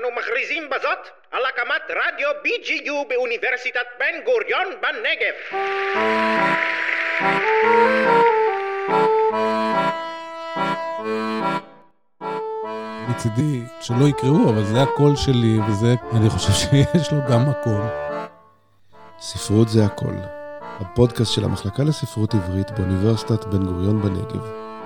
מכריזים בזאת על הקמת רדיו BGU באוניברסיטת בן גוריון בנגב. מצידי שלא יקראו, אבל זה הקול שלי, וזה, אני חושב שיש לו גם מקום. ספרות זה הכל. הפודקאסט של המחלקה לספרות עברית באוניברסיטת בן גוריון בנגב.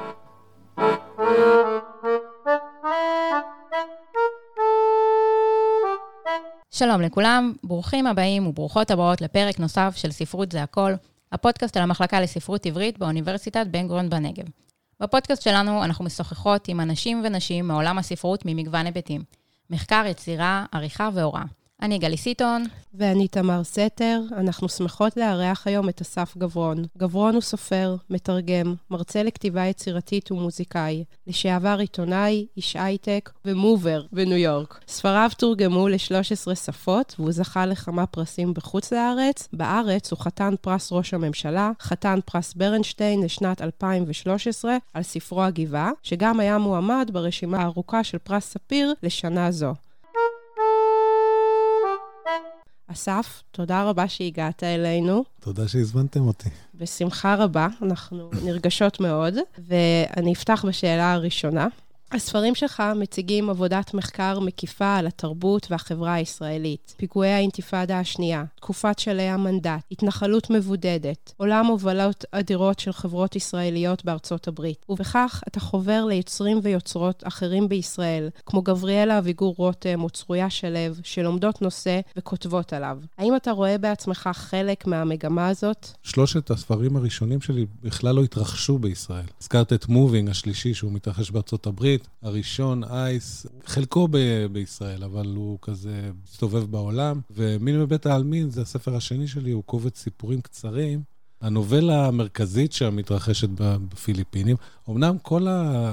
שלום לכולם, ברוכים הבאים וברוכות הבאות לפרק נוסף של ספרות זה הכל, הפודקאסט של המחלקה לספרות עברית באוניברסיטת בן גוריון בנגב. בפודקאסט שלנו אנחנו משוחחות עם אנשים ונשים מעולם הספרות ממגוון היבטים. מחקר, יצירה, עריכה והוראה. אני גלי סיטון. ואני תמר סתר. אנחנו שמחות לארח היום את אסף גברון. גברון הוא סופר, מתרגם, מרצה לכתיבה יצירתית ומוזיקאי, לשעבר עיתונאי, איש הייטק ומובר בניו יורק. ספריו תורגמו ל13 שפות, והוא זכה לכמה פרסים בחוץ לארץ. בארץ הוא חתן פרס ראש הממשלה, חתן פרס ברנשטיין לשנת 2013 על ספרו הגבעה, שגם היה מועמד ברשימה הארוכה של פרס ספיר לשנה זו. אסף, תודה רבה שהגעת אלינו. תודה שהזמנתם אותי. בשמחה רבה, אנחנו נרגשות מאוד, ואני אפתח בשאלה הראשונה. הספרים שלך מציגים עבודת מחקר מקיפה על התרבות והחברה הישראלית, פיגועי האינתיפאדה השנייה, תקופת שלהי המנדט, התנחלות מבודדת, עולם הובלות אדירות של חברות ישראליות בארצות הברית, ובכך אתה חובר ליוצרים ויוצרות אחרים בישראל, כמו גבריאלה אביגור רותם או צרויה שלו, שלומדות נושא וכותבות עליו. האם אתה רואה בעצמך חלק מהמגמה הזאת? שלושת הספרים הראשונים שלי בכלל לא התרחשו בישראל. הזכרת את מובינג השלישי שהוא מתרחש בארצות הברית, הראשון, אייס, חלקו בישראל, אבל הוא כזה מסתובב בעולם, ומין מבית העלמין, זה הספר השני שלי, הוא קובץ סיפורים קצרים. הנובלה המרכזית שם מתרחשת בפיליפינים. אמנם כל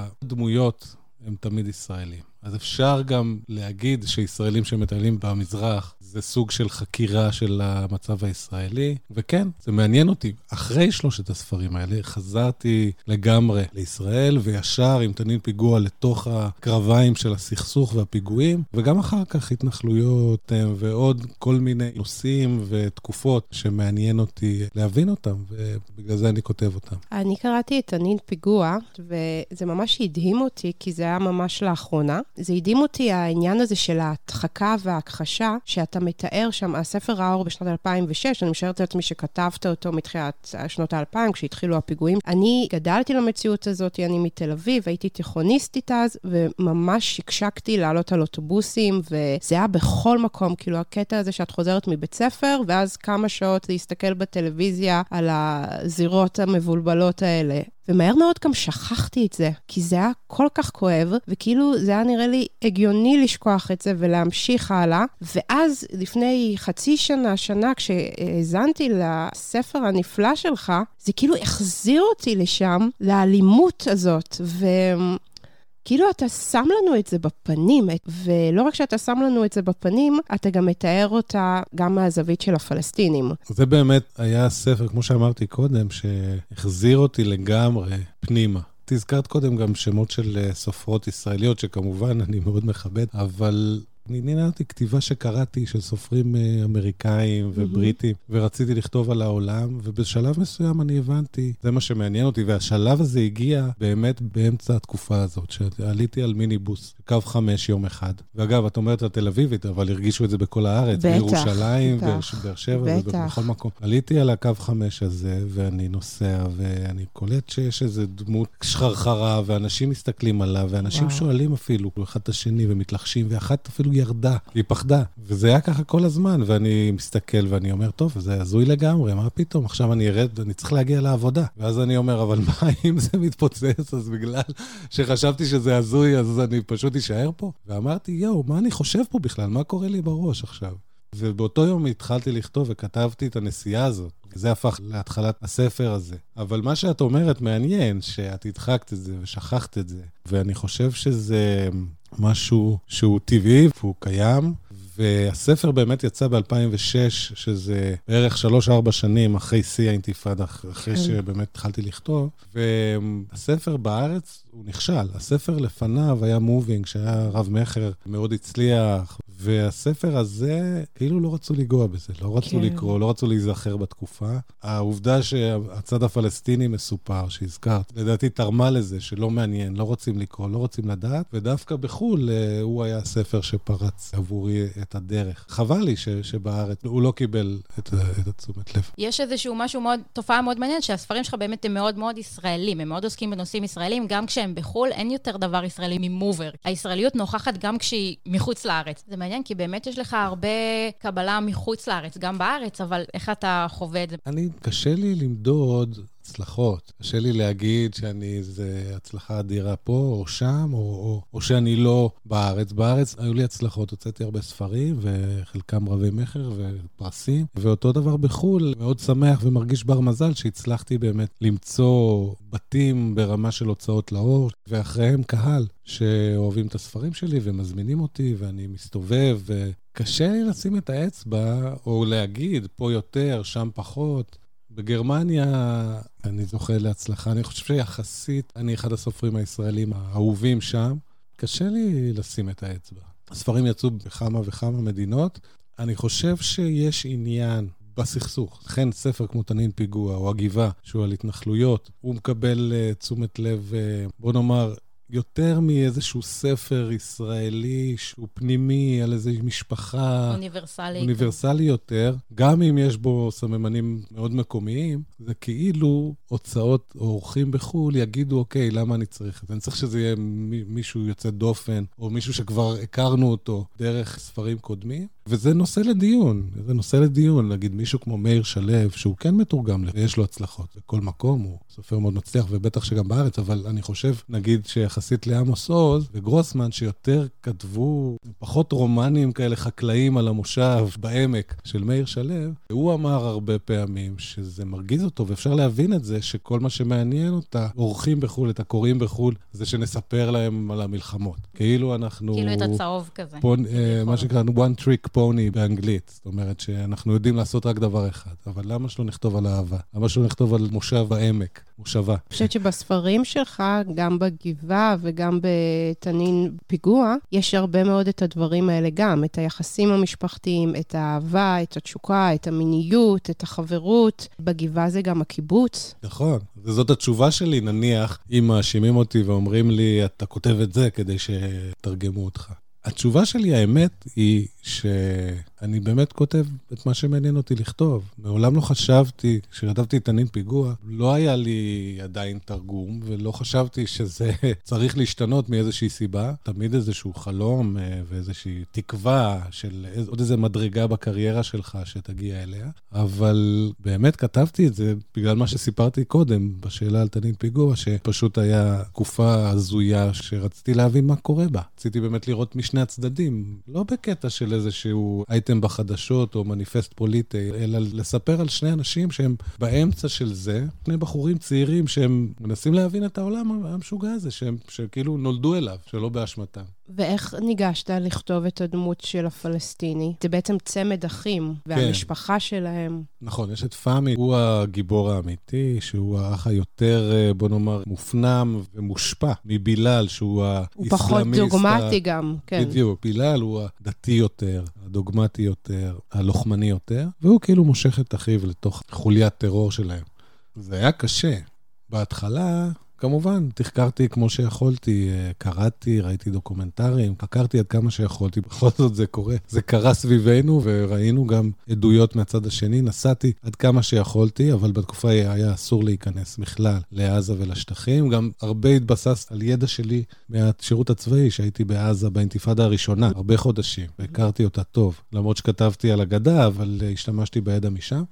הדמויות הם תמיד ישראלים. אז אפשר גם להגיד שישראלים שמטיילים במזרח, זה סוג של חקירה של המצב הישראלי. וכן, זה מעניין אותי. אחרי שלושת הספרים האלה, חזרתי לגמרי לישראל, וישר עם תנין פיגוע לתוך הקרביים של הסכסוך והפיגועים, וגם אחר כך התנחלויות ועוד כל מיני נושאים ותקופות שמעניין אותי להבין אותם, ובגלל זה אני כותב אותם. אני קראתי את תנין פיגוע, וזה ממש הדהים אותי, כי זה היה ממש לאחרונה. זה הדהים אותי העניין הזה של ההדחקה וההכחשה, שאתה מתאר שם, הספר ראה בשנת 2006, אני משערת לעצמי שכתבת אותו מתחילת שנות ה-2000, כשהתחילו הפיגועים. אני גדלתי למציאות הזאת, אני מתל אביב, הייתי תיכוניסטית אז, וממש שקשקתי לעלות על אוטובוסים, וזה היה בכל מקום, כאילו הקטע הזה שאת חוזרת מבית ספר, ואז כמה שעות להסתכל בטלוויזיה על הזירות המבולבלות האלה. ומהר מאוד גם שכחתי את זה, כי זה היה כל כך כואב, וכאילו זה היה נראה לי הגיוני לשכוח את זה ולהמשיך הלאה. ואז לפני חצי שנה, כשהאזנתי לספר הנפלא שלך, זה כאילו החזיר אותי לשם, לאלימות הזאת, כאילו אתה שם לנו את זה בפנים, ולא רק שאתה שם לנו את זה בפנים, אתה גם מתאר אותה גם מהזווית של הפלסטינים. זה באמת היה ספר, כמו שאמרתי קודם, שהחזיר אותי לגמרי פנימה. תזכרת קודם גם שמות של סופרות ישראליות, שכמובן אני מאוד מכבד, אבל נהניתי כתיבה שקראתי של סופרים אמריקאים ובריטים, ורציתי לכתוב על העולם, ובשלב מסוים אני הבנתי, זה מה שמעניין אותי, והשלב הזה הגיע באמת באמצע התקופה הזאת, שעליתי על מיניבוס, קו 5 יום אחד. ואגב, את אומרת התל אביבית, אבל הרגישו את זה בכל הארץ, בירושלים, באר שבע, ובכל מקום. עליתי על הקו 5 הזה, ואני נוסע, ואני קולט שיש איזו דמות שחרחרה, ואנשים מסתכלים עליו, ואנשים שואלים אפילו, אחד את השני, ומתלחשים, ואחת אפילו ירדה, היא פחדה. וזה היה ככה כל הזמן, ואני מסתכל ואני אומר, טוב, זה הזוי לגמרי, מה פתאום? עכשיו אני ארד, אני צריך להגיע לעבודה. ואז אני אומר, אבל מה אם זה מתפוצץ? אז בגלל שחשבתי שזה הזוי, אז אני פשוט אשאר פה. ואמרתי, יואו, מה אני חושב פה בכלל? מה קורה לי בראש עכשיו? ובאותו יום התחלתי לכתוב וכתבתי את הנסיעה הזאת. זה הפך להתחלת הספר הזה. אבל מה שאת אומרת מעניין, שאת הדחקת את זה ושכחת את זה. ואני חושב שזה משהו שהוא טבעי והוא קיים, והספר באמת יצא ב-2006, שזה בערך 3-4 שנים אחרי שיא האינתיפאדה, אחרי שבאמת התחלתי לכתוב, והספר בארץ הוא נכשל. הספר לפניו היה מובינג, שהיה רב מחר, מאוד הצליח, והספר הזה, כאילו לא רצו לגוע בזה, לא רצו לקרוא, לא רצו להיזכר בתקופה. העובדה שהצד הפלסטיני מסופר, שהזכרת, לדעתי תרמה לזה, שלא מעניין, לא רוצים לקרוא, לא רוצים לדעת, ודווקא בחול הוא היה הספר שפרץ עבורי את הדרך. חבל לי שבארץ הוא לא קיבל את התשומת לב. יש איזשהו משהו מאוד, תופעה מאוד מעניינת, שהספרים שלך באמת הם מאוד מאוד ישראלים, הם מאוד עוסקים בנושאים ישראלים, גם כשהם בחול, אין יותר דבר ישראלי ממובר. הישראליות נוכחת גם כשהיא מחוץ לארץ. זה מעניין, כי באמת יש לך הרבה קבלה מחוץ לארץ, גם בארץ, אבל איך אתה חווה את זה? קשה לי למדוד הצלחות. קשה לי להגיד זה הצלחה אדירה פה או שם, או שאני לא בארץ. בארץ היו לי הצלחות, הוצאתי הרבה ספרים, וחלקם רבי מחר ופרסים, ואותו דבר בחול, מאוד שמח ומרגיש בר מזל שהצלחתי באמת למצוא בתים ברמה של הוצאות לאור, ואחריהם קהל שאוהבים את הספרים שלי ומזמינים אותי, ואני מסתובב, וקשה לי לשים את האצבע, או להגיד פה יותר, שם פחות. בגרמניה אני זוכה להצלחה, אני חושב שיחסית אני אחד הסופרים הישראלים האהובים שם, קשה לי לשים את האצבע. הספרים יצאו בכמה וכמה מדינות, אני חושב שיש עניין בסכסוך. לכן ספר כמו תנין פיגוע או הגבעה, שהוא על התנחלויות, הוא מקבל תשומת לב, בוא נאמר, יותר מאיזשהו ספר ישראלי שהוא פנימי על איזו משפחה אוניברסלי יותר, גם אם יש בו סממנים מאוד מקומיים, זה כאילו הוצאות או אורחים בחול יגידו, אוקיי, למה אני צריך את זה? אני צריך שזה יהיה מישהו יוצא דופן, או מישהו שכבר הכרנו אותו דרך ספרים קודמים, וזה נושא לדיון, להגיד מישהו כמו מאיר שלו, שהוא כן מתורגם, ויש לו הצלחות, בכל מקום הוא סופר מאוד מצליח, ובטח שגם בארץ, אבל אני חושב, נגיד שיחסית לעמוס עוז וגרוסמן, שיותר כתבו פחות רומנים כאלה חקלאים על המושב בעמק של מאיר שלו, הוא אמר הרבה פעמים שזה מרגיז אותו, ואפשר להבין את זה, שכל מה שמעניין אותה, אורחים בחול, את הקוראים בחול, זה שנספר להם על המלחמות. כאילו אנחנו... כאילו את הצהוב כזה. מה שקראנו one trick pony באנגלית. זאת אומרת שאנחנו יודעים לעשות רק דבר אחד. אבל למה שלא נכתוב על אהבה? למה שלא נכתוב על מושב בעמק? מושבה. אני חושבת שבספרים שלך, גם בגבעה וגם בתנין פיגוע, יש הרבה מאוד את הדברים האלה גם. את היחסים המשפחתיים, את האהבה, את התשוקה, את המיניות, את החברות. בגבעה זה גם הקיבוץ. נכון. וזאת התשובה שלי, נניח, אם מאשימים אותי ואומרים לי, אתה כותב את זה כדי שתרגמו אותך. התשובה שלי, האמת, היא שאני באמת כותב את מה שמעניין אותי לכתוב. מעולם לא חשבתי, כשכתבתי את תנין פיגוע, לא היה לי עדיין תרגום, ולא חשבתי שזה צריך להשתנות מאיזושהי סיבה. תמיד איזשהו חלום ואיזושהי תקווה של עוד איזו מדרגה בקריירה שלך שתגיע אליה. אבל באמת כתבתי את זה בגלל מה שסיפרתי קודם, בשאלה על תנין פיגוע, שפשוט היה תקופה הזויה שרציתי להבין מה קורה בה. רציתי באמת לראות משני הצדדים, לא בקטע של איזשהו אייטם בחדשות או מניפסט פוליטי, אלא לספר על שני אנשים שהם באמצע של זה, שני בחורים צעירים שהם מנסים להבין את העולם המשוגע הזה, שכאילו נולדו אליו, שלא באשמתם. ואיך ניגשת לכתוב את הדמות של הפלסטיני? זה בעצם צמד אחים, והמשפחה שלהם. נכון, יש את פאמי, הוא הגיבור האמיתי, שהוא האח היותר, בוא נאמר, מופנם ומושפע מבילal, שהוא האסלאמיסט. הוא פחות דוגמטי גם, כן. בדיוק, בילal הוא הדתי יותר, הדוגמטי יותר, הלוחמני יותר, והוא כאילו מושך את אחיו לתוך חוליית טרור שלהם. זה היה קשה. בהתחלה... כמובן, תחקרתי כמו שיכולתי, קראתי, ראיתי דוקומנטרים, חקרתי עד כמה שיכולתי, בכל זאת זה קורה. זה קרה סביבנו וראינו גם עדויות מהצד השני, נסעתי עד כמה שיכולתי, אבל בתקופה היה אסור להיכנס בכלל לעזה ולשטחים, גם הרבה התבסס על ידע שלי מהשירות הצבאי, שהייתי בעזה באינתיפאדה הראשונה, הרבה חודשים, והכרתי אותה טוב, למרות שכתבתי על הגדה, אבל השתמשתי בידע משם,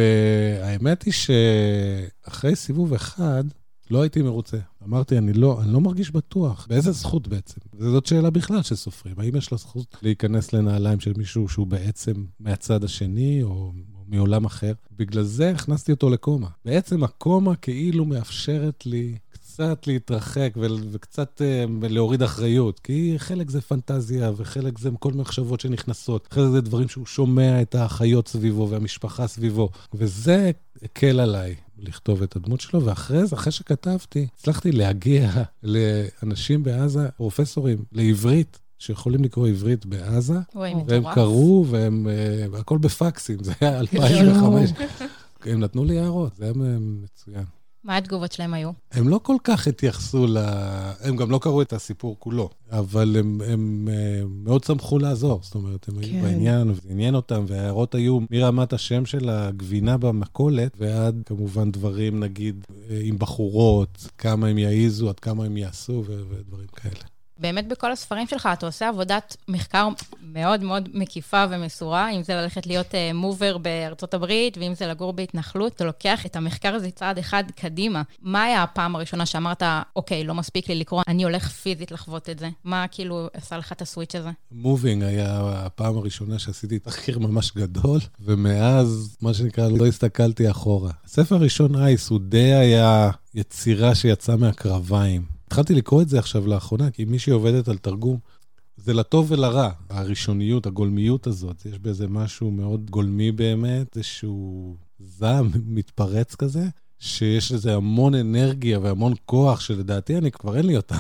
והאמת היא שאחרי סיבוב אחד, לא הייתי מרוצה. אמרתי, אני לא מרגיש בטוח. באיזה זכות בעצם? וזאת שאלה בכלל של סופרים. האם יש לה זכות להיכנס לנעליים של מישהו שהוא בעצם מהצד השני או מעולם אחר? בגלל זה הכנסתי אותו לקומה. בעצם הקומה כאילו מאפשרת לי קצת קצת להתרחק וקצת להוריד אחריות, כי חלק זה פנטזיה, וחלק זה כל מחשבות שנכנסות, חלק זה דברים שהוא שומע את האחיות סביבו והמשפחה סביבו, וזה הקל עליי לכתוב את הדמות שלו, ואחרי זה, אחרי שכתבתי, הצלחתי להגיע לאנשים בעזה, פרופסורים, לעברית, שיכולים לקרוא עברית בעזה, והם קראו, הכל בפקסים, זה היה 2005. הם נתנו לי הערות, זה היה מצוין. מה התגובות שלהם היו? הם לא כל כך התייחסו הם גם לא קראו את הסיפור כולו, אבל הם מאוד שמחו לעזור, זאת אומרת, הם היו בעניין, וזה עניין אותם, וההערות היו מרמת השם של הגבינה במקולת, ועד כמובן דברים, נגיד, עם בחורות, כמה הם יעיזו, עד כמה הם יעשו, ודברים כאלה. באמת בכל הספרים שלך, אתה עושה עבודת מחקר מאוד מאוד מקיפה ומסורה, אם זה ללכת להיות מובר בארצות הברית, ואם זה לגור בהתנחלות, אתה לוקח את המחקר הזה צעד אחד קדימה. מה היה הפעם הראשונה שאמרת, אוקיי, לא מספיק לי לקרוא, אני הולך פיזית לחוות את זה? מה כאילו עשה לך את הסוויץ' הזה? מובינג היה הפעם הראשונה שעשיתי תחקיר ממש גדול, ומאז, מה שנקרא, לא הסתכלתי אחורה. הספר הראשון, אייס, הוא די היה יצירה שיצאה מהקרביים. התחלתי לקרוא את זה עכשיו לאחרונה, כי מי שעובדת על תרגום, זה לטוב ולרע. הראשוניות, הגולמיות הזאת, יש באיזה משהו מאוד גולמי באמת, איזשהו זעם מתפרץ כזה, שיש לזה המון אנרגיה והמון כוח, שלדעתי אני כבר אין לי אותם.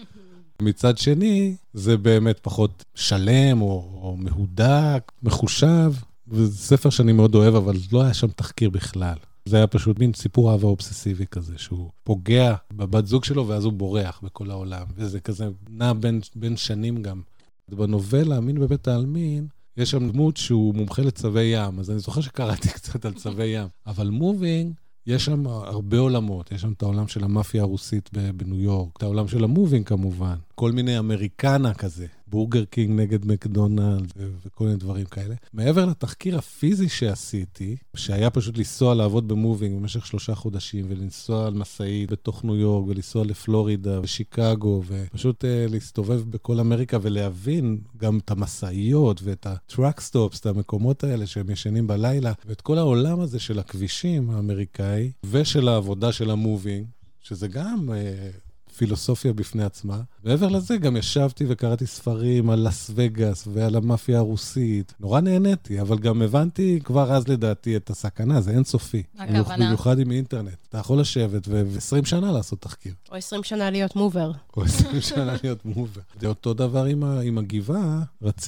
מצד שני, זה באמת פחות שלם או מהודק, מחושב, וזה ספר שאני מאוד אוהב, אבל לא היה שם תחקיר בכלל. זה היה פשוט מין סיפור אהבה אובססיבי כזה, שהוא פוגע בבת זוג שלו, ואז הוא בורח בכל העולם. וזה כזה נע בין שנים גם. בנובלה, מין בבית העלמין, יש שם דמות שהוא מומחה לצווי ים, אז אני זוכר שקראתי קצת על צווי ים. אבל מובינג, יש שם הרבה עולמות. יש שם את העולם של המאפיה הרוסית בניו יורק, את העולם של המובינג כמובן, כל מיני אמריקנה כזה, בורגר קינג נגד מקדונלד וכל מיני דברים כאלה. מעבר לתחקיר הפיזי שעשיתי, שהיה פשוט לנסוע לעבוד במובינג במשך 3 חודשים, ולנסוע על מסעית בתוך ניו יורק, ולנסוע לפלורידה ושיקגו, ופשוט להסתובב בכל אמריקה ולהבין גם את המסעיות ואת הטראק סטופס, את המקומות האלה שהם ישנים בלילה, ואת כל העולם הזה של הכבישים האמריקאי, ושל העבודה של המובינג, שזה גם פילוסופיה בפני עצמה. מעבר לזה גם ישבתי וקראתי ספרים על לס וגאס ועל המאפיה הרוסית. נורא נהניתי, אבל גם הבנתי כבר אז לדעתי את הסכנה, זה אינסופי. במיוחד עם אינטרנט. אתה יכול לשבת ו20 שנה לעשות תחקיר. או 20 שנה להיות מובר. או 20 שנה להיות מובר. זה אותו דבר עם הגבעה,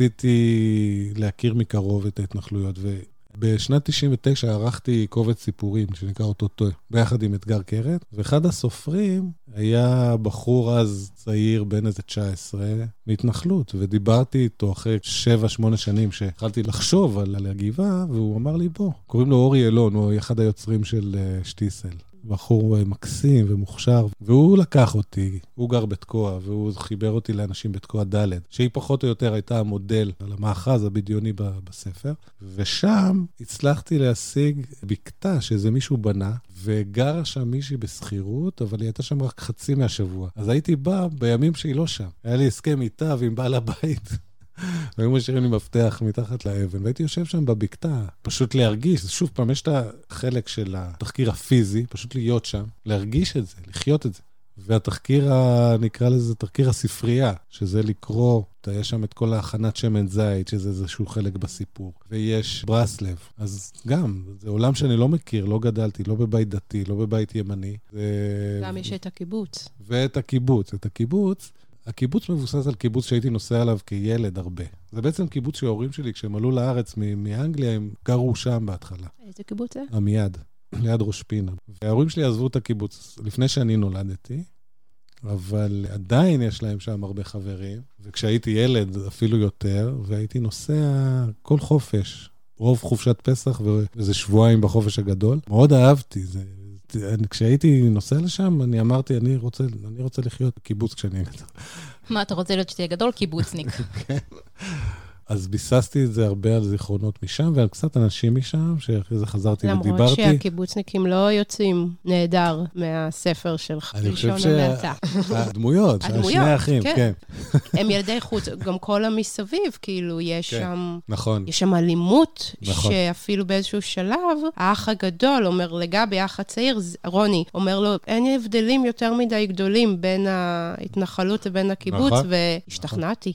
רציתי להכיר מקרוב את ההתנחלויות, בשנת 99 ערכתי קובץ סיפורים שנקרא אוטוטו, ביחד עם אתגר קרת, ואחד הסופרים היה בחור אז צעיר בן איזה 19 מהתנחלות, ודיברתי איתו אחרי 7-8 שנים שהתחלתי לחשוב על הגבעה, והוא אמר לי בוא, קוראים לו אורי אלון, הוא אחד היוצרים של שטיסל. בחור מקסים ומוכשר, והוא לקח אותי, הוא גר בתקוע, והוא חיבר אותי לאנשים בתקוע ד', שהיא פחות או יותר הייתה המודל על המאחז הבדיוני בספר, ושם הצלחתי להשיג בקתה שאיזה מישהו בנה, וגרה שם מישהי בסחירות, אבל היא הייתה שם רק חצי מהשבוע. אז הייתי בא בימים שהיא לא שם. היה לי הסכם איתה ועם בעל הבית. והיו משאירים לי מפתח מתחת לאבן, והייתי יושב שם בבקתה, פשוט להרגיש, שוב פעם, יש את החלק של התחקיר הפיזי, פשוט להיות שם, להרגיש את זה, לחיות את זה. והתחקיר, נקרא לזה תחקיר הספרייה, שזה לקרוא, יש שם את כל ההכנת שמן זית, שזה איזשהו חלק בסיפור, ויש ברסלב. אז גם, זה עולם שאני לא מכיר, לא גדלתי, לא בבית דתי, לא בבית ימני. גם יש את הקיבוץ. ואת הקיבוץ. את הקיבוץ, הקיבוץ מבוסס על קיבוץ שהייתי נוסע עליו כילד הרבה. זה בעצם קיבוץ שההורים שלי, כשהם עלו לארץ מאנגליה, הם גרו שם בהתחלה. איזה קיבוץ זה? עמיעד, ליד ראש פינה. וההורים שלי עזבו את הקיבוץ לפני שאני נולדתי, אבל עדיין יש להם שם הרבה חברים, וכשהייתי ילד אפילו יותר, והייתי נוסע כל חופש, רוב חופשת פסח ואיזה שבועיים בחופש הגדול. מאוד אהבתי זה. כשהייתי נוסע לשם, אני אמרתי, אני רוצה לחיות בקיבוץ כשאני אהיה גדול. מה, אתה רוצה להיות שתהיה גדול? קיבוצניק. כן. אז ביססתי את זה הרבה על זיכרונות משם, ועל קצת אנשים משם, שאחרי זה חזרתי ודיברתי. למרות שהקיבוצניקים לא יוצאים נהדר מהספר שלך. אני חושב שהדמויות, השני האחים, כן. הם ילדי חוץ, גם כל המסביב, כאילו, יש שם... נכון. יש שם אלימות, שאפילו באיזשהו שלב, האח הגדול אומר לגבי, האח הצעיר, רוני, אומר לו, אין הבדלים יותר מדי גדולים בין ההתנחלות לבין הקיבוץ, והשתכנעתי.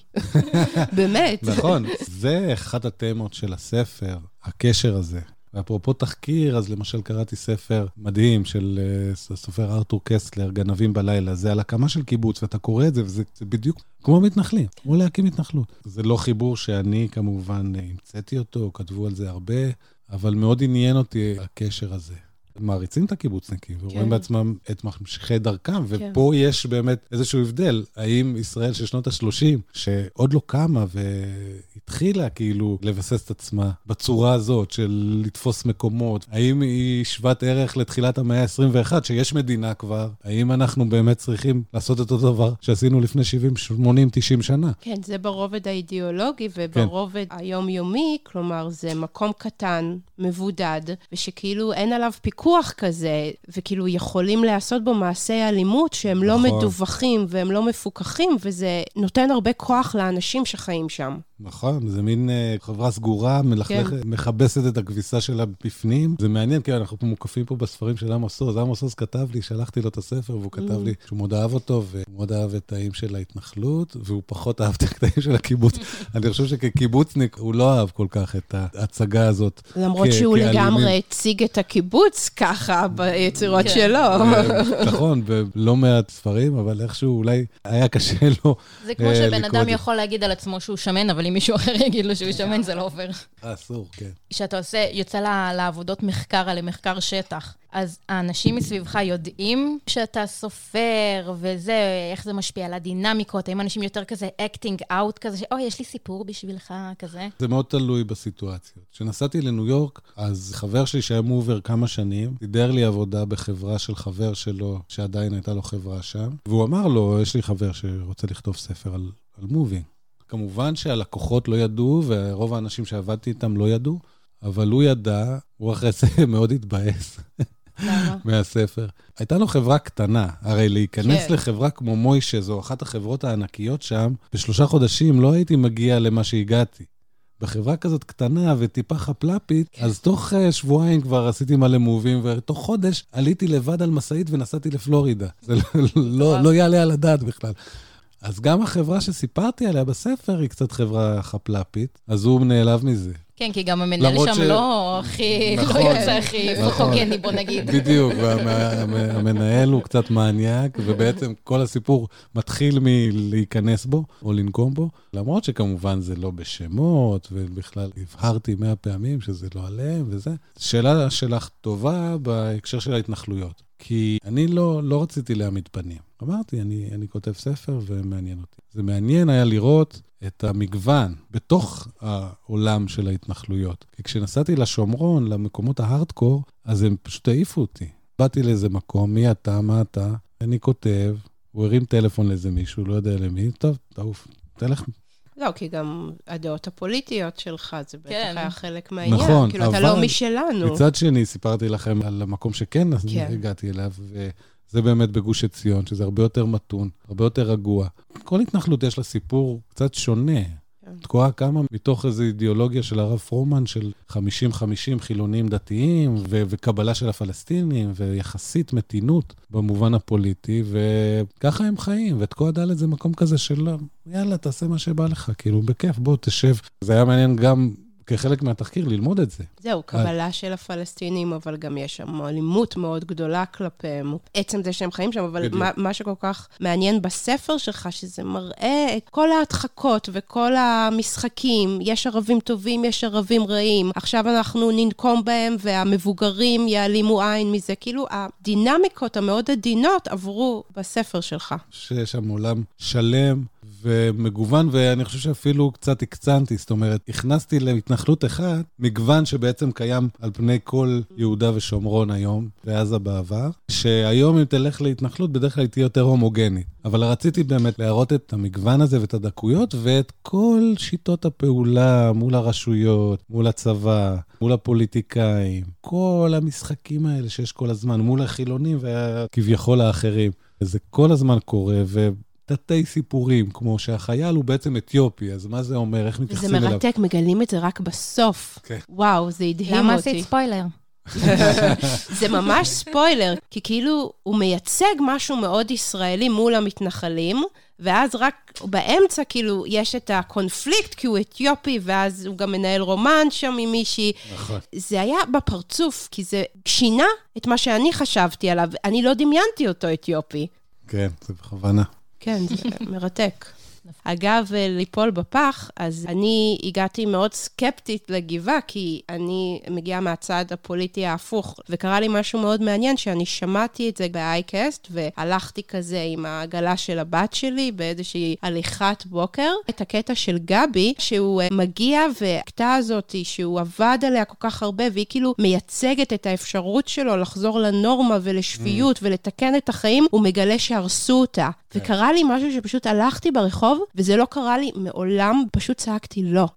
באמת. נכון, זה אחת התמות של הספר, הקשר הזה. ואפרופו תחקיר, אז למשל קראתי ספר מדהים של סופר ארתור קסלר, גנבים בלילה, זה על הקמה של קיבוץ, ואתה קורא את זה, וזה בדיוק כמו מתנחלים, כמו להקים התנחלות. זה לא חיבור שאני כמובן המצאתי אותו, כתבו על זה הרבה, אבל מאוד עניין אותי הקשר הזה. מעריצים את הקיבוצניקים, ורואים בעצמם את ממשיכי דרכם, ופה יש באמת איזשהו הבדל, האם ישראל של שנות ה-30, שעוד לא קמה והתחילה כאילו לבסס את עצמה בצורה הזאת של לתפוס מקומות, האם היא שוות ערך לתחילת המאה ה-21, שיש מדינה כבר, האם אנחנו באמת צריכים לעשות את אותו דבר שעשינו לפני 70, 80, 90 שנה? כן, זה ברובד האידיאולוגי וברובד היומיומי, כלומר זה מקום קטן, מבודד, ושכאילו אין עליו פיקוח, כזה, וכאילו יכולים לעשות בו מעשי אלימות שהם לא מדווחים והם לא מפוקחים, וזה נותן הרבה כוח לאנשים שחיים שם. נכון, זה מין חברה סגורה, מחבסת את הכביסה שלה בפנים. זה מעניין, כי אנחנו מוקפים פה בספרים של עמוס עוז. עמוס עוז כתב לי, שלחתי לו את הספר, והוא כתב לי שהוא מאוד אהב אותו, והוא מאוד אהב את התאים של ההתנחלות, והוא פחות אהב את התאים של הקיבוץ. אני חושב שכקיבוצניק הוא לא אהב כל כך את ההצגה הזאת. למרות שהוא לגמרי הציג את הקיבוץ ככה ביצירות שלו. נכון, ולא מעט ספרים, אבל איכשהו אולי היה קשה לו. זה כמו שבן אדם יכול להגיד על עצמו שהוא שמן, אבל אם מישהו אחר יגיד לו שהוא שמן, זה לא עובר. אסור, כן. כשאתה יוצא לעבודות מחקר, על מחקר שטח, אז האנשים מסביבך יודעים שאתה סופר, וזה, איך זה משפיע על הדינמיקות, האם אנשים יותר כזה acting out כזה, יש לי סיפור בשבילך כזה? זה מאוד תלוי בסיטואציות. כשנסעתי לניו יורק, אז חבר שלי שהיה מובר כמה שנים, דידר לי עבודה בחברה של חבר שלו, שעדיין הייתה לו חברה שם, והוא אמר לו, יש לי חבר שרוצה לכתוב ספר על מובי. כמובן שהלקוחות לא ידעו, ורוב האנשים שעבדתי איתם לא ידעו, אבל הוא ידע, הוא אחרי זה מאוד התבאס מהספר. הייתה לו חברה קטנה, הרי להיכנס לחברה כמו מוישה, זו אחת החברות הענקיות שם, ב3 חודשים לא הייתי מגיע למה שהגעתי. בחברה כזאת קטנה וטיפה חפלפית, אז תוך שבועיים כבר עשיתי מלא מובים, ותוך חודש עליתי לבד על מסעית ונסעתי לפלורידה. זה לא יעלה על הדעת בכלל. אז גם החברה שסיפרתי עליה בספר היא קצת חברה חפלפית, אז הוא נעלב מזה. כן, כי גם המנהל שם לא יוצא הכי פוטוגני, בוא נגיד. בדיוק, והמנהל הוא קצת מעניאק, ובעצם כל הסיפור מתחיל מלהיכנס בו, או לנקום בו, למרות שכמובן זה לא בשמות, ובכלל הבהרתי 100 פעמים שזה לא עליהם וזה. שאלה שלך טובה בהקשר של ההתנחלויות, כי אני לא רציתי להעמיד פנים. אמרתי, אני כותב ספר ומעניין אותי. זה מעניין היה לראות את המגוון בתוך העולם של ההתנחלויות. כי כשנסעתי לשומרון, למקומות ההארדקור, אז הם פשוט העיפו אותי. באתי לאיזה מקום, מי אתה, מה אתה? אני כותב, הוא הרים טלפון לאיזה מישהו, לא יודע למי, טוב, תעוף, תלך. לא, כי גם הדעות הפוליטיות שלך, זה בטח היה חלק מהעניין. נכון, כאילו, אתה לא משלנו. מצד שני, סיפרתי לכם על המקום שכן, אז הגעתי אליו, זה באמת בגוש עציון, שזה הרבה יותר מתון, הרבה יותר רגוע. כל התנחלות יש לה סיפור קצת שונה. תקועה כמה מתוך איזו אידיאולוגיה של הרב פרומן, של 50-50 חילונים דתיים, וקבלה של הפלסטינים, ויחסית מתינות במובן הפוליטי, וככה הם חיים, ותקוע ד' זה מקום כזה של, יאללה, תעשה מה שבא לך, כאילו, בכיף, בוא, תשב. זה היה מעניין גם כחלק מהתחקיר ללמוד את זה. זהו, קבלה של הפלסטינים, אבל גם יש שם אלימות מאוד גדולה כלפיהם. עצם זה שהם חיים שם, אבל מה שכל כך מעניין בספר שלך, שזה מראה את כל ההדחקות וכל המשחקים. יש ערבים טובים, יש ערבים רעים. עכשיו אנחנו ננקום בהם, והמבוגרים יעלימו עין מזה. כאילו, הדינמיקות המאוד עדינות עברו בספר שלך. שיש שם עולם שלם ומגוון, ואני חושב שאפילו קצת הקצנתי, זאת אומרת, הכנסתי להתנחלות אחד, מגוון שבעצם קיים על פני כל יהודה ושומרון היום, ועזה בעבר, שהיום אם תלך להתנחלות, בדרך כלל תהיה יותר הומוגנית. אבל רציתי באמת להראות את המגוון הזה ואת הדקויות, ואת כל שיטות הפעולה מול הרשויות, מול הצבא, מול הפוליטיקאים, כל המשחקים האלה שיש כל הזמן, מול החילונים וכביכול האחרים. וזה כל הזמן קורה, תתי סיפורים, כמו שהחייל הוא בעצם אתיופי, אז מה זה אומר? איך מתייחסים אליו? וזה מרתק, מגלים את זה רק בסוף. כן. וואו, זה הדהים אותי. למה עשית ספוילר? זה ממש ספוילר, כי כאילו הוא מייצג משהו מאוד ישראלי מול המתנחלים, ואז רק באמצע כאילו יש את הקונפליקט, כי הוא אתיופי, ואז הוא גם מנהל רומן שם עם מישהי. נכון. זה היה בפרצוף, כי זה שינה את מה שאני חשבתי עליו, אני לא דמיינתי אותו אתיופי. כן, זה בכוונה. כן, זה מרתק. אגב, ליפול בפח, אז אני הגעתי מאוד סקפטית לגבעה, כי אני מגיעה מהצד הפוליטי ההפוך, וקרה לי משהו מאוד מעניין, שאני שמעתי את זה באייקסט, והלכתי כזה עם העגלה של הבת שלי, באיזושהי הליכת בוקר, את הקטע של גבי, שהוא מגיע, והקטע הזאת, שהוא עבד עליה כל כך הרבה, והיא כאילו מייצגת את האפשרות שלו לחזור לנורמה ולשפיות, ולתקן את החיים, הוא מגלה שהרסו אותה. וקרה לי משהו שפשוט הלכתי ברחוב, וזה לא קרה לי מעולם, פשוט צעקתי לא.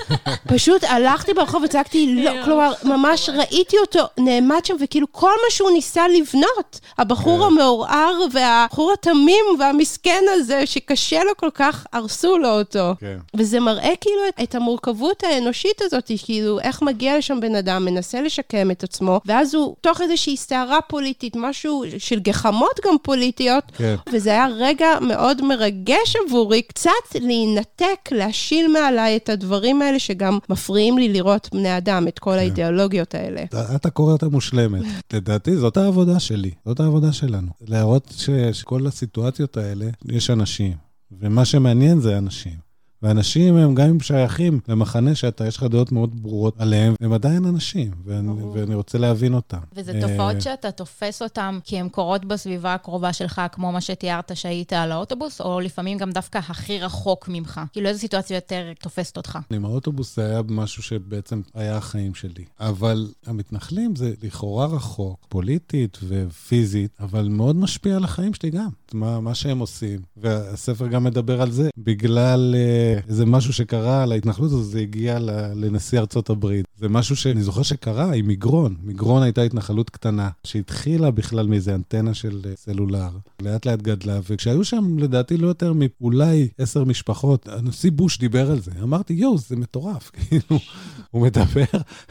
פשוט הלכתי ברחוב וצעקתי לא, כלומר, ממש ראיתי אותו נעמד שם, וכאילו כל מה שהוא ניסה לבנות, הבחור המעורער והבחור התמים והמסכן הזה, שקשה לו כל כך, הרסו לו אותו. וזה מראה כאילו את המורכבות האנושית הזאת, כאילו איך מגיע לשם בן אדם, מנסה לשקם את עצמו, ואז הוא תוך איזושהי סערה פוליטית, משהו של גחמות גם פוליטיות, וזה היה רגע מאוד מרגש עבורי, קצת להינתק, להשיל מעליי את הדברים האלה, שגם מפריעים לי לראות בני אדם, את כל האידיאולוגיות האלה. אתה קוראת המושלמת. לדעתי, זאת העבודה שלי, זאת העבודה שלנו. להראות שכל הסיטואציות האלה, יש אנשים, ומה שמעניין זה אנשים. ואנשים הם גם אם שייכים למחנה יש לך דעות מאוד ברורות עליהם, הם עדיין אנשים, ואני רוצה להבין אותם. וזה תופעות שאתה תופס אותם, כי הן קורות בסביבה הקרובה שלך, כמו מה שתיארת שהיית על האוטובוס, או לפעמים גם דווקא הכי רחוק ממך. כאילו איזו סיטואציה יותר תופסת אותך? עם האוטובוס זה היה משהו שבעצם היה החיים שלי. אבל המתנחלים זה לכאורה רחוק, פוליטית ופיזית, אבל מאוד משפיע על החיים שלי גם. מה שהם עושים. והספר גם מדבר על זה, בגלל איזה משהו שקרה על ההתנחלות הזו, זה הגיע לנשיא ארצות הברית. זה משהו שאני זוכר שקרה עם מגרון. מגרון הייתה התנחלות קטנה, שהתחילה בכלל מאיזה אנטנה של סלולר. לאט לאט גדלה, וכשהיו שם לדעתי לא יותר מאולי 10 משפחות, הנשיא בוש דיבר על זה. אמרתי, יו, זה מטורף. כאילו, הוא מדבר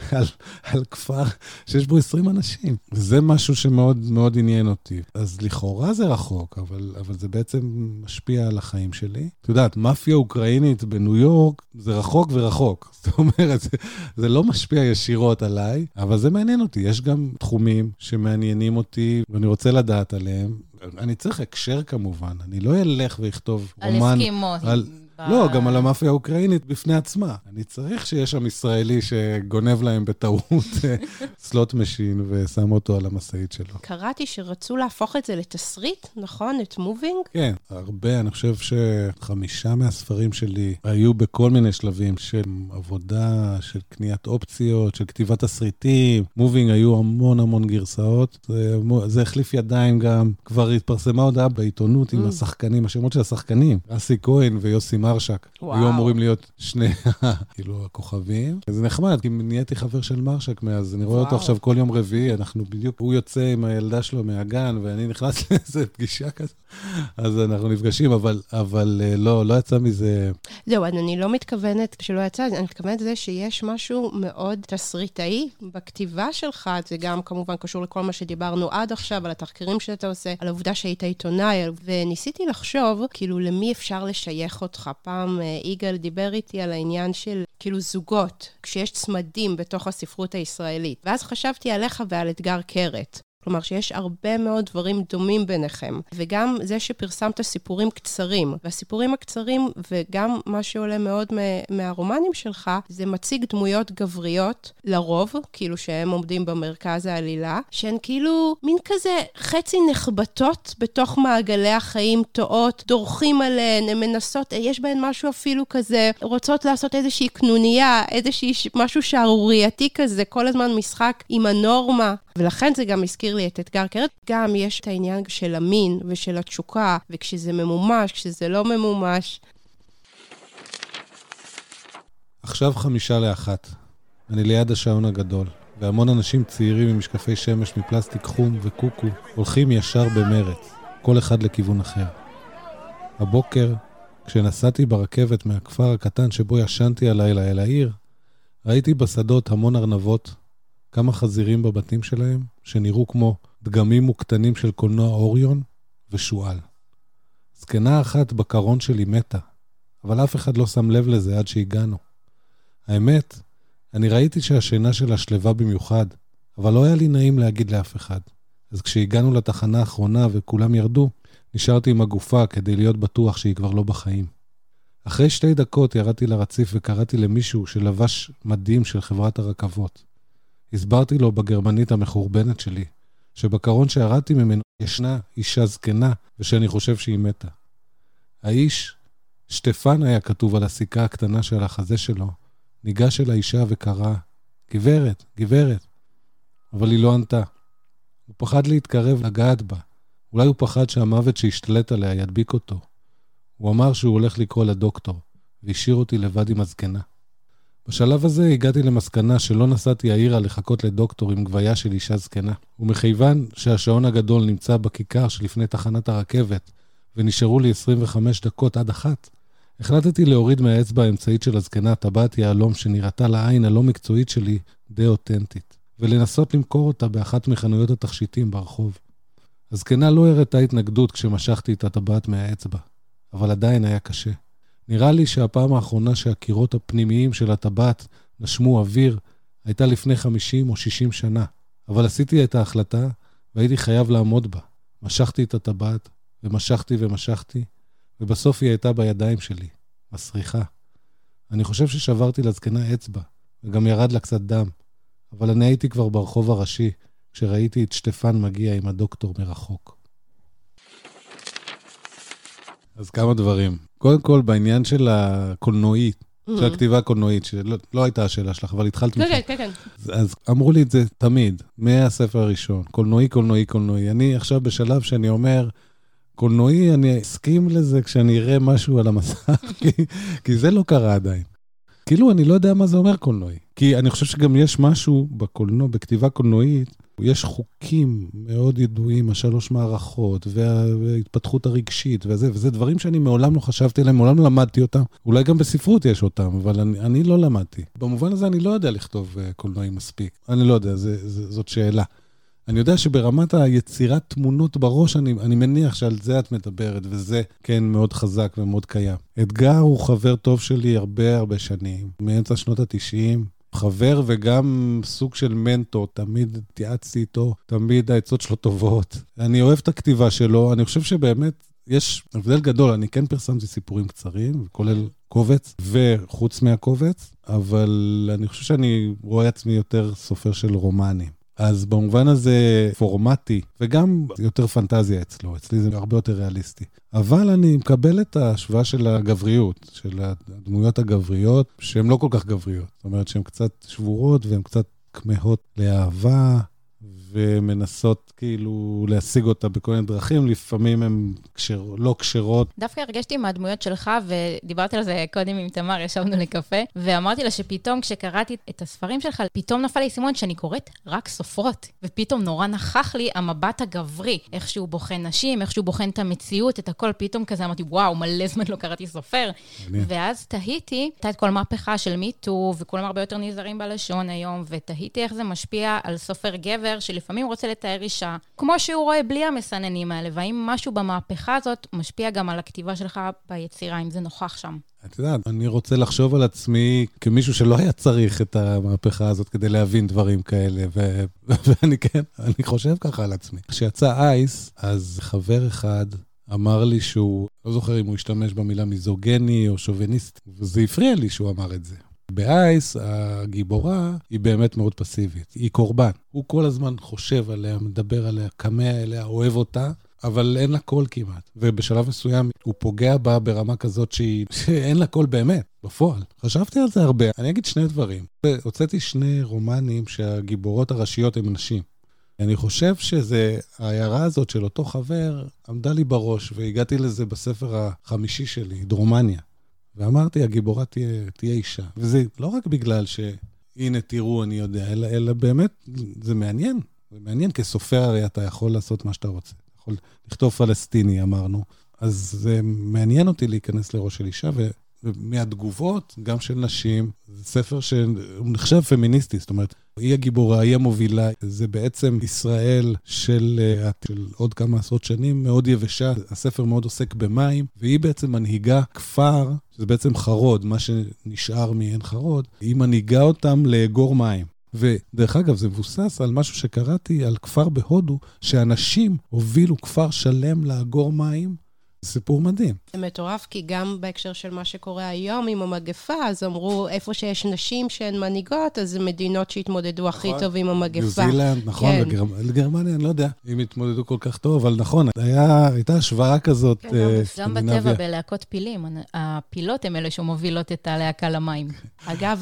על כפר שיש בו 20 אנשים. זה משהו שמאוד מאוד עניין אותי. אז לכאורה זה רחוק, אבל זה בעצם משפיע על החיים שלי. אתה יודעת, מאפיה אוקראינית בניו יורק, זה רחוק ורחוק. זאת אומרת, זה לא משפיע ישירות עליי, אבל זה מעניין אותי. יש גם תחומים שמעניינים אותי, ואני רוצה לדעת עליהם. אני צריך הקשר כמובן. אני לא אלך ויכתוב רומן. על הסכימות. לא, גם על המאפיה האוקראינית בפני עצמה. אני צריך שיש שם ישראלי שגונב להם בטעות סלוט משין ושם אותו על המשאית שלו. קראתי שרצו להפוך את זה לתסריט, נכון? את מובינג? כן, הרבה. אני חושב ש5 מהספרים שלי היו בכל מיני שלבים של עבודה, של קניית אופציות, של כתיבת תסריטים. מובינג היו המון גרסאות. זה החליף ידיים גם. כבר התפרסמה הודעה בעיתונות עם השחקנים, השמות של השחקנים. אסי כהן ויוסי מרשק. היו אמורים להיות שני, כאילו, הכוכבים. זה נחמד, כי נהייתי חבר של מרשק מאז. אני רואה אותו עכשיו כל יום רביעי, אנחנו בדיוק, הוא יוצא עם הילדה שלו מהגן, ואני נכנס לאיזו פגישה כזאת. אז אנחנו נפגשים, אבל לא יצא מזה. זהו, אני לא מתכוונת שלא יצא, אני מתכוונת לזה שיש משהו מאוד תסריטאי בכתיבה שלך, זה גם כמובן קשור לכל מה שדיברנו עד עכשיו, על התחקירים שאתה עושה, על העובדה שהיית עיתונאי, וניסיתי לחשוב, כאילו, למי אפשר לשייך אותך. פעם יגאל דיבר איתי על העניין של כאילו זוגות, כשיש צמדים בתוך הספרות הישראלית. ואז חשבתי עליך ועל אתגר קרת. כלומר שיש הרבה מאוד דברים דומים ביניכם. וגם זה שפרסמת סיפורים קצרים, והסיפורים הקצרים, וגם מה שעולה מאוד מהרומנים שלך, זה מציג דמויות גבריות, לרוב, כאילו שהם עומדים במרכז העלילה, שהן כאילו מין כזה חצי נחבטות בתוך מעגלי החיים, טועות, דורכים עליהן, הן מנסות, יש בהן משהו אפילו כזה, רוצות לעשות איזושהי קנוניה, איזושהי משהו שערורייתי כזה, כל הזמן משחק עם הנורמה, ולכן זה גם הזכיר לי את אתגר קרת. גם יש את העניין של המין ושל התשוקה, וכשזה ממומש, כשזה לא ממומש. עכשיו 1:55. אני ליד השעון הגדול, והמון אנשים צעירים עם משקפי שמש מפלסטיק חום וקוקו הולכים ישר במרץ, כל אחד לכיוון אחר. הבוקר, כשנסעתי ברכבת מהכפר הקטן שבו ישנתי הלילה אל העיר, ראיתי בשדות המון ארנבות, כמה חזירים בבתים שלהם, שנראו כמו דגמים מוקטנים של קולנוע אוריון ושואל. זקנה אחת בקרון שלי מתה, אבל אף אחד לא שם לב לזה עד שהגענו. האמת, אני ראיתי שהשינה שלה שלווה במיוחד, אבל לא היה לי נעים להגיד לאף אחד. אז כשהגענו לתחנה האחרונה וכולם ירדו, נשארתי עם הגופה כדי להיות בטוח שהיא כבר לא בחיים. אחרי 2 דקות ירדתי לרציף וקראתי למישהו שלבש מדים של חברת הרכבות. הסברתי לו בגרמנית המחורבנת שלי, שבקרון שירדתי ממנו ישנה אישה זקנה ושאני חושב שהיא מתה. האיש, שטפן היה כתוב על הסיכה הקטנה של החזה שלו, ניגש אל האישה וקרא, גברת, גברת. אבל היא לא ענתה. הוא פחד להתקרב לגעת בה. אולי הוא פחד שהמוות שהשתלט עליה ידביק אותו. הוא אמר שהוא הולך לקרוא לדוקטור, והשאיר אותי לבד עם הזקנה. בשלב הזה הגעתי למסקנה שלא נסעתי העירה לחכות לדוקטור עם גוויה של אישה זקנה. ומכיוון שהשעון הגדול נמצא בכיכר שלפני תחנת הרכבת, ונשארו לי 25 דקות עד 1, החלטתי להוריד מהאצבע האמצעית של הזקנה טבעת יהלום שנראתה לעין הלא מקצועית שלי די אותנטית, ולנסות למכור אותה באחת מחנויות התכשיטים ברחוב. הזקנה לא הראתה התנגדות כשמשכתי את הטבעת מהאצבע, אבל עדיין היה קשה. נראה לי שהפעם האחרונה שהקירות הפנימיים של הטבעת נשמו אוויר הייתה לפני 50 או 60 שנה, אבל עשיתי את ההחלטה והייתי חייב לעמוד בה. משכתי את הטבעת ומשכתי ומשכתי, ובסוף היא הייתה בידיים שלי, מסריחה. אני חושב ששברתי לזקנה אצבע, וגם ירד לה קצת דם, אבל אני הייתי כבר ברחוב הראשי, כשראיתי את שטפן מגיע עם הדוקטור מרחוק. אז כמה דברים. קודם כל, בעניין של הקולנועית, של הכתיבה הקולנועית, שלא הייתה השאלה שלך, אבל התחלת משהו. כן, כן. אז אמרו לי את זה תמיד, מהספר הראשון, קולנועי, קולנועי, קולנועי. אני עכשיו בשלב שאני אומר, קולנועי, אני אסכים לזה כשאני אראה משהו על המסך, כי זה לא קרה עדיין. כאילו, אני לא יודע מה זה אומר קולנועי. כי אני חושב שגם יש משהו בקולנוע, בכתיבה קולנועית, יש חוקים מאוד ידועים, 3 מערכות, וההתפתחות הרגשית, וזה דברים שאני מעולם לא חשבתי עליהם, מעולם לא למדתי אותם. אולי גם בספרות יש אותם, אבל אני לא למדתי. במובן הזה אני לא יודע לכתוב קולנועי מספיק. אני לא יודע, זאת שאלה. אני יודע שברמת היצירת תמונות בראש, אני מניח שעל זה את מדברת, וזה כן מאוד חזק ומאוד קיים. אתגר הוא חבר טוב שלי הרבה שנים, מאמצע שנות ה-90, חבר וגם סוג של מנטור, תמיד תיעצתי איתו, תמיד העצות שלו טובות. אני אוהב את הכתיבה שלו, אני חושב שבאמת יש הבדל גדול, אני כן פרסמתי סיפורים קצרים, כולל קובץ, וחוץ מהקובץ, אבל אני חושב שאני רואה עצמי יותר סופר של רומנים. אז במובן הזה פורמטי, וגם יותר פנטזיה אצלי זה הרבה יותר ריאליסטי. אבל אני מקבל את ההשוואה של הגבריות, של הדמויות הגבריות, שהן לא כל כך גבריות. זאת אומרת שהן קצת שבורות, והן קצת כמהות לאהבה, ומנסות כאילו להשיג אותה בכל מיני דרכים, לפעמים הן לא קשרות. דווקא הרגשתי עם הדמויות שלך, ודיברתי על זה קודם עם תמר, ישבנו לקפה, ואמרתי לה שפתאום כשקראתי את הספרים שלך, פתאום נפל לי סימון שאני קוראת רק סופרות, ופתאום נורא נכח לי המבט הגברי, איך שהוא בוחן נשים, איך שהוא בוחן את המציאות, את הכל, פתאום כזה אמרתי, וואו, מלא זמן לא קראתי סופר. ואז תהיתי, הייתה את כל מהפכה של מיטו, וכולם הרבה יותר נזהרים בלשון היום, ותהיתי איך זה משפיע על סופר גבר שלפעמים רוצה לתאר אישה, כמו שהוא רואה בלי המסננים האלה, והאם משהו במהפכה הזאת משפיע גם על הכתיבה שלך ביצירה, אם זה נוכח שם. את יודעת, אני רוצה לחשוב על עצמי כמישהו שלא היה צריך את המהפכה הזאת כדי להבין דברים כאלה, ואני כן, אני חושב ככה על עצמי. כשיצא אייס, אז חבר אחד אמר לי שהוא, לא זוכר אם הוא השתמש במילה מיזוגני או שוביניסט, וזה הפריע לי שהוא אמר את זה. באייס, הגיבורה היא באמת מאוד פסיבית, היא קורבן. הוא כל הזמן חושב עליה, מדבר עליה, קמא אליה, אוהב אותה, אבל אין לה קול כמעט. ובשלב מסוים הוא פוגע בה ברמה כזאת שאין לה קול באמת, בפועל. חשבתי על זה הרבה. אני אגיד שני דברים. הוצאתי שני רומנים שהגיבורות הראשיות הן נשים. אני חושב שזה, ההערה הזאת של אותו חבר עמדה לי בראש, והגעתי לזה בספר החמישי שלי, דרומניה. ואמרתי, הגיבורה תהיה אישה. וזה לא רק בגלל שהנה תראו, אני יודע, אלא באמת, זה מעניין. זה מעניין, כסופר הרי אתה יכול לעשות מה שאתה רוצה. אתה יכול לכתוב פלסטיני, אמרנו. אז זה מעניין אותי להיכנס לראש של אישה, ומהתגובות, גם של נשים, זה ספר שהוא נחשב פמיניסטי, זאת אומרת, היא הגיבורה, היא המובילה, זה בעצם ישראל של עוד כמה עשרות שנים, מאוד יבשה, הספר מאוד עוסק במים, והיא בעצם מנהיגה כפר, שזה בעצם חרוד, מה שנשאר מעין חרוד, היא מנהיגה אותם לאגור מים. ודרך אגב, זה מבוסס על משהו שקראתי, על כפר בהודו, שאנשים הובילו כפר שלם לאגור מים, סיפור מדהים. זה מטורף, כי גם בהקשר של מה שקורה היום עם המגפה, אז אמרו, איפה שיש נשים שהן מנהיגות, אז זה מדינות שהתמודדו הכי טוב עם המגפה. ניו זילנד, נכון, לגרמניה, אני לא יודע אם התמודדו כל כך טוב, אבל נכון, הייתה השוואה כזאת. גם בטבע בלהקות פילים, הפילות הן אלה שמובילות את הלהקה למים. אגב,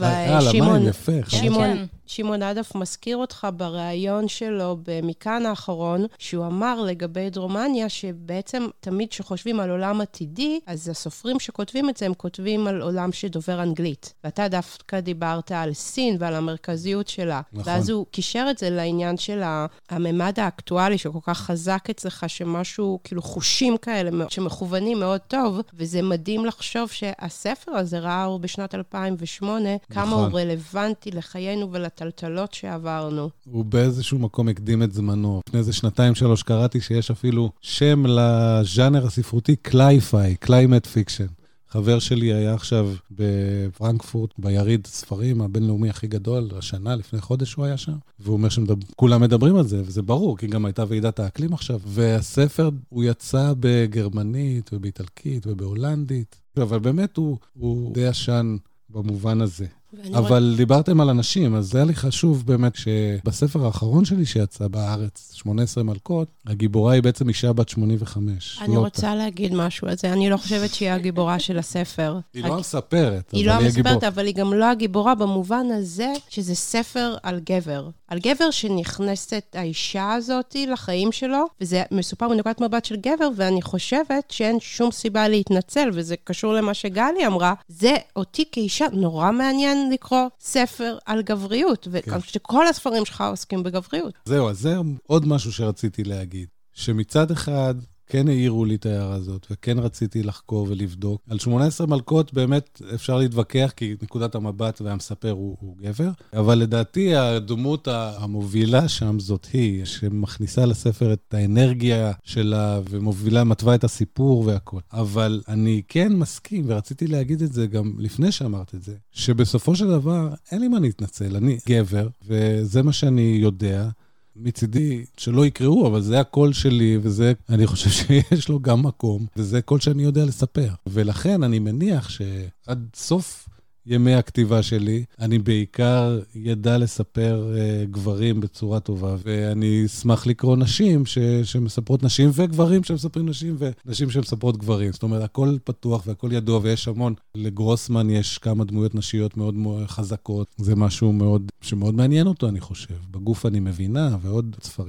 שמעון עדף מזכיר אותך בריאיון שלו במכאן האחרון, שהוא אמר לגבי דרומניה, שבעצם תמיד שחושבים על עולם עתידי, אז הסופרים שכותבים את זה, הם כותבים על עולם שדובר אנגלית. ואתה דווקא דיברת על סין ועל המרכזיות שלה. נכון. ואז הוא קישר את זה לעניין של הממד האקטואלי, שכל כך חזק אצלך, שמשהו, כאילו חושים כאלה, שמכוונים מאוד טוב, וזה מדהים לחשוב שהספר הזה ראה הוא בשנת 2008, נכון. כמה הוא רלוונטי לחיינו ולטלטלות שעברנו. הוא באיזשהו מקום הקדים את זמנו. לפני איזה 2-3 קראתי שיש אפילו שם לז'אנר הספרותי קלייפיי, קליימט פיקשן. חבר שלי היה עכשיו בפרנקפורט, ביריד ספרים הבינלאומי הכי גדול, השנה, לפני חודש הוא היה שם, והוא אומר שכולם מדברים על זה, וזה ברור, כי גם הייתה ועידת האקלים עכשיו, והספר הוא יצא בגרמנית ובאיטלקית ובהולנדית, אבל באמת הוא די ישן במובן הזה. אבל דיברתם על אנשים, אז זה היה לי חשוב באמת שבספר האחרון שלי שיצא בארץ, 18 מלכות, הגיבורה היא בעצם אישה בת 85. אני רוצה להגיד משהו על זה, אני לא חושבת שהיא הגיבורה של הספר. היא לא המספרת, היא לא המספרת, אבל היא גם לא הגיבורה במובן הזה שזה ספר על גבר. על גבר שנכנסת האישה הזאת לחיים שלו, וזה מסופר מנקודת מבט של גבר, ואני חושבת שאין שום סיבה להתנצל, וזה קשור למה שגלי אמרה, זה אותי כאישה נורא מעניין לקרוא ספר על גבריות, ושכל הספרים שלך עוסקים בגבריות. זהו, אז זה עוד משהו שרציתי להגיד, שמצד אחד כן העירו לי את ההערה הזאת, וכן רציתי לחקור ולבדוק. על 18 מלכות באמת אפשר להתווכח, כי נקודת המבט והמספר הוא גבר, אבל לדעתי הדמות המובילה שם זאת היא, שמכניסה לספר את האנרגיה שלה, ומובילה, מתווה את הסיפור והכל. אבל אני כן מסכים, ורציתי להגיד את זה גם לפני שאמרת את זה, שבסופו של דבר אין לי מה להתנצל, אני גבר, וזה מה שאני יודע, מצידי שלא יקראו, אבל זה הקול שלי, וזה, אני חושב שיש לו גם מקום, וזה קול שאני יודע לספר. ולכן אני מניח שעד סוף ימי הכתיבה שלי, אני בעיקר ידע לספר גברים בצורה טובה, ואני אשמח לקרוא נשים שמספרות נשים, וגברים שמספרים נשים, ונשים שמספרות גברים. זאת אומרת, הכל פתוח והכל ידוע, ויש המון. לגרוסמן יש כמה דמויות נשיות מאוד מאוד חזקות. זה משהו שמאוד מעניין אותו, אני חושב. בגוף אני מבינה, ועוד ספרים.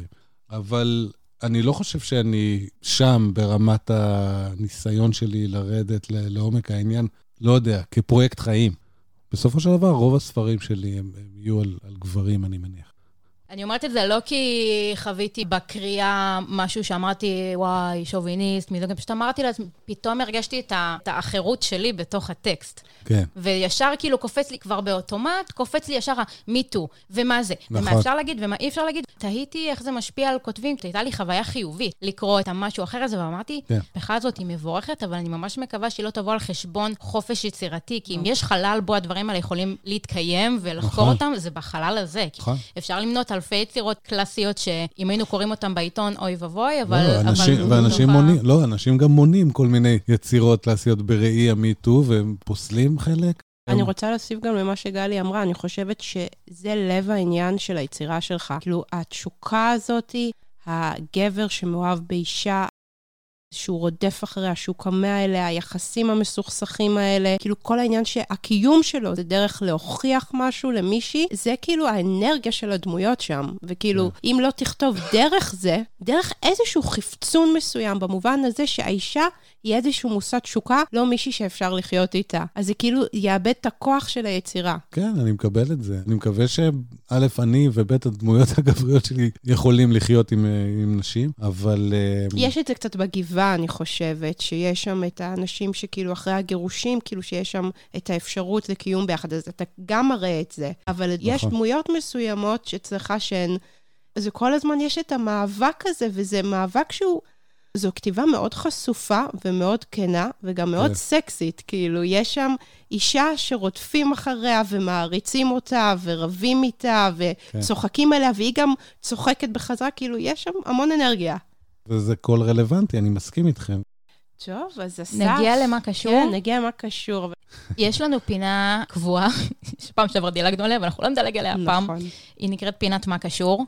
אבל אני לא חושב שאני שם ברמת הניסיון שלי לרדת לעומק העניין, לא יודע, כפרויקט חיים. בסופו של דבר, רוב הספרים שלי הם יהיו על גברים, אני מניח. אני אומרת את זה לא כי חוויתי בקריאה משהו שאמרתי, וואי, שוביניסט, פשוט אמרתי לעצמי, פתאום הרגשתי את האחרות שלי בתוך הטקסט. כן. וישר כאילו קופץ לי כבר באוטומט, קופץ לי ישר מיטו, ומה זה? נכון. ומה אפשר להגיד ומה אי אפשר להגיד? תהיתי איך זה משפיע על כותבים, הייתה לי חוויה חיובית לקרוא את המשהו אחר הזה, ואמרתי, כן. הפכה הזאת היא מבורכת, אבל אני ממש מקווה שהיא לא תבוא על חשבון חופש יצירתי, כי אם יש חלל בו הדברים האלה יכולים להתקיים ולחקור נכון. אותם, זה בחלל הזה. נכון. אפשר למנות אלפי יצירות קלאסיות שאם היינו קוראים אותם בעיתון, אוי ובוי, אבל... אנשים גם מונים כל מיני יצירות קלאסיות בראי המיטו, והם פוסלים חלק. אני רוצה להוסיף גם למה שגלי אמרה, אני חושבת שזה לב העניין של היצירה שלך. כאילו, התשוקה הזאת, הגבר שמאוהב באישה, שהוא רודף אחריה, שהוא קמה אליה, היחסים המסוכסכים האלה, כאילו כל העניין שהקיום שלו זה דרך להוכיח משהו למישהי, זה כאילו האנרגיה של הדמויות שם, וכאילו אם לא תכתוב דרך זה, דרך איזשהו חפצון מסוים, במובן הזה שהאישה היא איזשהו מושג תשוקה, לא מישהי שאפשר לחיות איתה. אז זה כאילו יאבד את הכוח של היצירה. כן, אני מקבל את זה. אני מקווה שא' אני וב' הדמויות הגבריות שלי יכולים לחיות עם נשים, אבל... יש את זה קצת בגבעה, אני חושבת, שיש שם את האנשים שכאילו אחרי הגירושים, כאילו שיש שם את האפשרות לקיום ביחד, אז אתה גם מראה את זה. אבל נכון. יש דמויות מסוימות שצריכה שהן... אז כל הזמן יש את המאבק הזה, וזה מאבק שהוא... זו כתיבה מאוד חשופה ומאוד כנה, וגם מאוד סקסית. כאילו, יש שם אישה שרודפים אחריה ומעריצים אותה, ורבים איתה, וצוחקים עליה, והיא גם צוחקת בחזרה, כאילו, יש שם המון אנרגיה. וזה כל רלוונטי, אני מסכים איתכם. טוב, אז אסף... נגיע למה קשור? כן, נגיע למה קשור. יש לנו פינה קבועה, שפעם שעבר דילגנו עליה, ואנחנו לא נדלג עליה פעם. היא נקראת פינת מה קשור.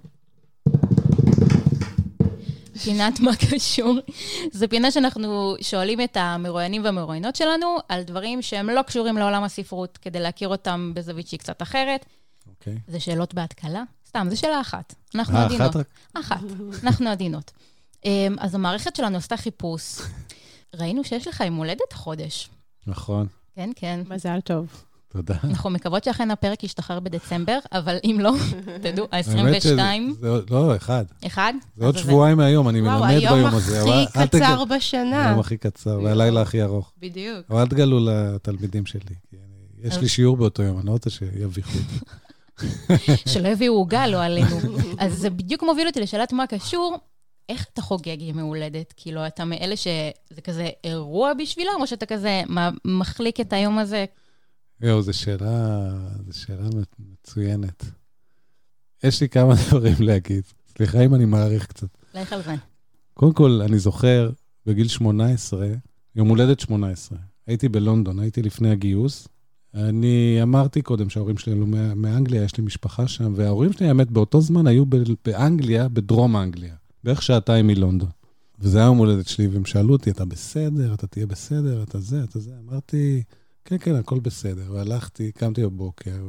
פינת מה קשור. זו פינה שאנחנו שואלים את המרואיינים והמרואיינות שלנו על דברים שהם לא קשורים לעולם הספרות, כדי להכיר אותם בזווית שהיא קצת אחרת. אוקיי. זה שאלות בהתקלה? סתם, זה שאלה אחת. אנחנו עדינות. אחת. אנחנו עדינות. אז המערכת שלנו עשתה חיפוש. ראינו שיש לך יום הולדת חודש. נכון. כן, כן. מזל טוב. תודה. אנחנו מקוות שאכן הפרק ישתחרר בדצמבר, אבל אם לא, תדעו, ה-22. לא, אחד. אחד? זה עוד שבועיים מהיום, אני מלמד ביום הזה. וואו, היום הכי קצר בשנה. היום הכי קצר, והלילה הכי ארוך. בדיוק. אבל אל תגלו לתלמידים שלי. יש לי שיעור באותו יום, אני לא רוצה שיביכו אותי. שלא יביאו עוגה, לא עלינו. אז זה בדיוק מוביל אותי לשאלת מה קשור, איך אתה חוגג יום הולדת? כאילו, אתה מאלה שזה כזה אירוע בשבילם, או שאתה כזה מחליק את היום הזה? זו שאלה מצוינת. יש לי כמה דברים להגיד. סליחה אם אני מעריך קצת. לך על זה. קודם כל, אני זוכר, בגיל 18, יום הולדת 18, הייתי בלונדון, הייתי לפני הגיוס. אני אמרתי קודם שההורים שלי עלו מאנגליה, יש לי משפחה שם, וההורים שלי, האמת, באותו זמן היו באנגליה, בדרום אנגליה, בערך שעתיים מלונדון. וזה היה יום הולדת שלי, והם שאלו אותי, אתה בסדר, אתה תהיה בסדר, אתה זה. אמרתי, כן, כן, הכל בסדר. והלכתי, קמתי בבוקר,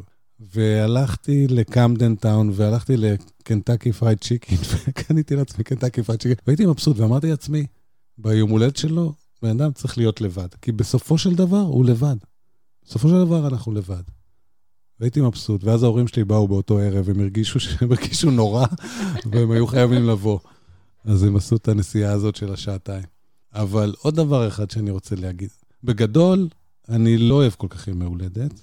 והלכתי לקמדן טאון, והלכתי לקנטקי פרייד צ'יקין, וקניתי לעצמי קנטקי פרייד צ'יקין, והייתי מבסוט, ואמרתי לעצמי, ביום הולדת שלו, בן אדם צריך להיות לבד, כי בסופו של דבר הוא לבד. בסופו של דבר אנחנו לבד. והייתי מבסוט, ואז ההורים שלי באו באותו ערב, הם הרגישו נורא, והם היו חייבים לבוא. אז הם עשו את הנסיעה הזאת של השעתיים. אבל עוד דבר אחד שאני רוצה להגיד. בגדול, אני לא אוהב כל כך ימי הולדת.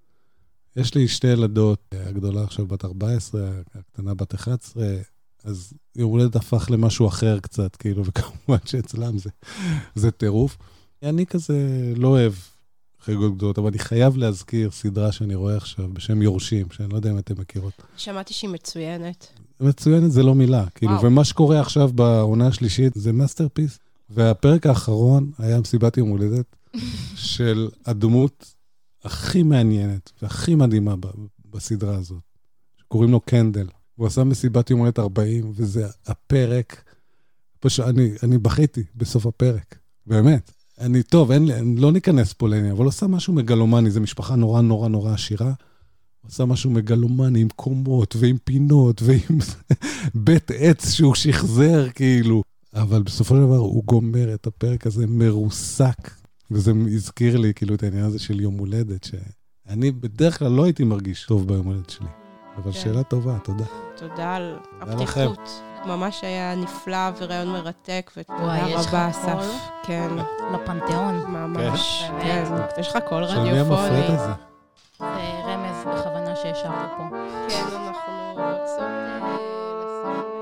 יש לי שתי ילדות, הגדולה עכשיו בת 14, הקטנה בת 11, אז יום הולדת הפך למשהו אחר קצת, כאילו, וכמובן שאצלם זה טירוף. אני כזה לא אוהב חגיגות גדולות, אבל אני חייב להזכיר סדרה שאני רואה עכשיו בשם יורשים, שאני לא יודע אם אתם מכירות. שמעתי שהיא מצוינת. מצוינת זה לא מילה, כאילו, ומה שקורה עכשיו בעונה השלישית זה מאסטרפיס, והפרק האחרון היה מסיבת יום הולדת של הדמות הכי מעניינת והכי מדהימה בסדרה הזאת, שקוראים לו קנדל. הוא עשה מסיבת יום הולדת 40, וזה הפרק, פשוט אני בכיתי בסוף הפרק, באמת. טוב, לא ניכנס פה לעניין, אבל עושה משהו מגלומני, זו משפחה נורא נורא נורא עשירה, עושה משהו מגלומני עם קומות ועם פינות ועם בית עץ שהוא שחזר כאילו, אבל בסופו של דבר הוא גומר את הפרק הזה מרוסק, וזה הזכיר לי כאילו את העניין הזה של יום הולדת, שאני בדרך כלל לא הייתי מרגיש טוב ביום הולדת שלי. אבל שאלה טובה, תודה. תודה על לכם. הפתיחות. ממש היה נפלא ורעיון מרתק, ותודה וואי, יש לך רבה, קול? אסף. כן, לפנתיאון. ממש. כן. כן, יש לך קול של מי המפריד רדיופוני. הזה? זה רמז בכוונה שהשארנו פה. כן, אנחנו רוצות לסיים.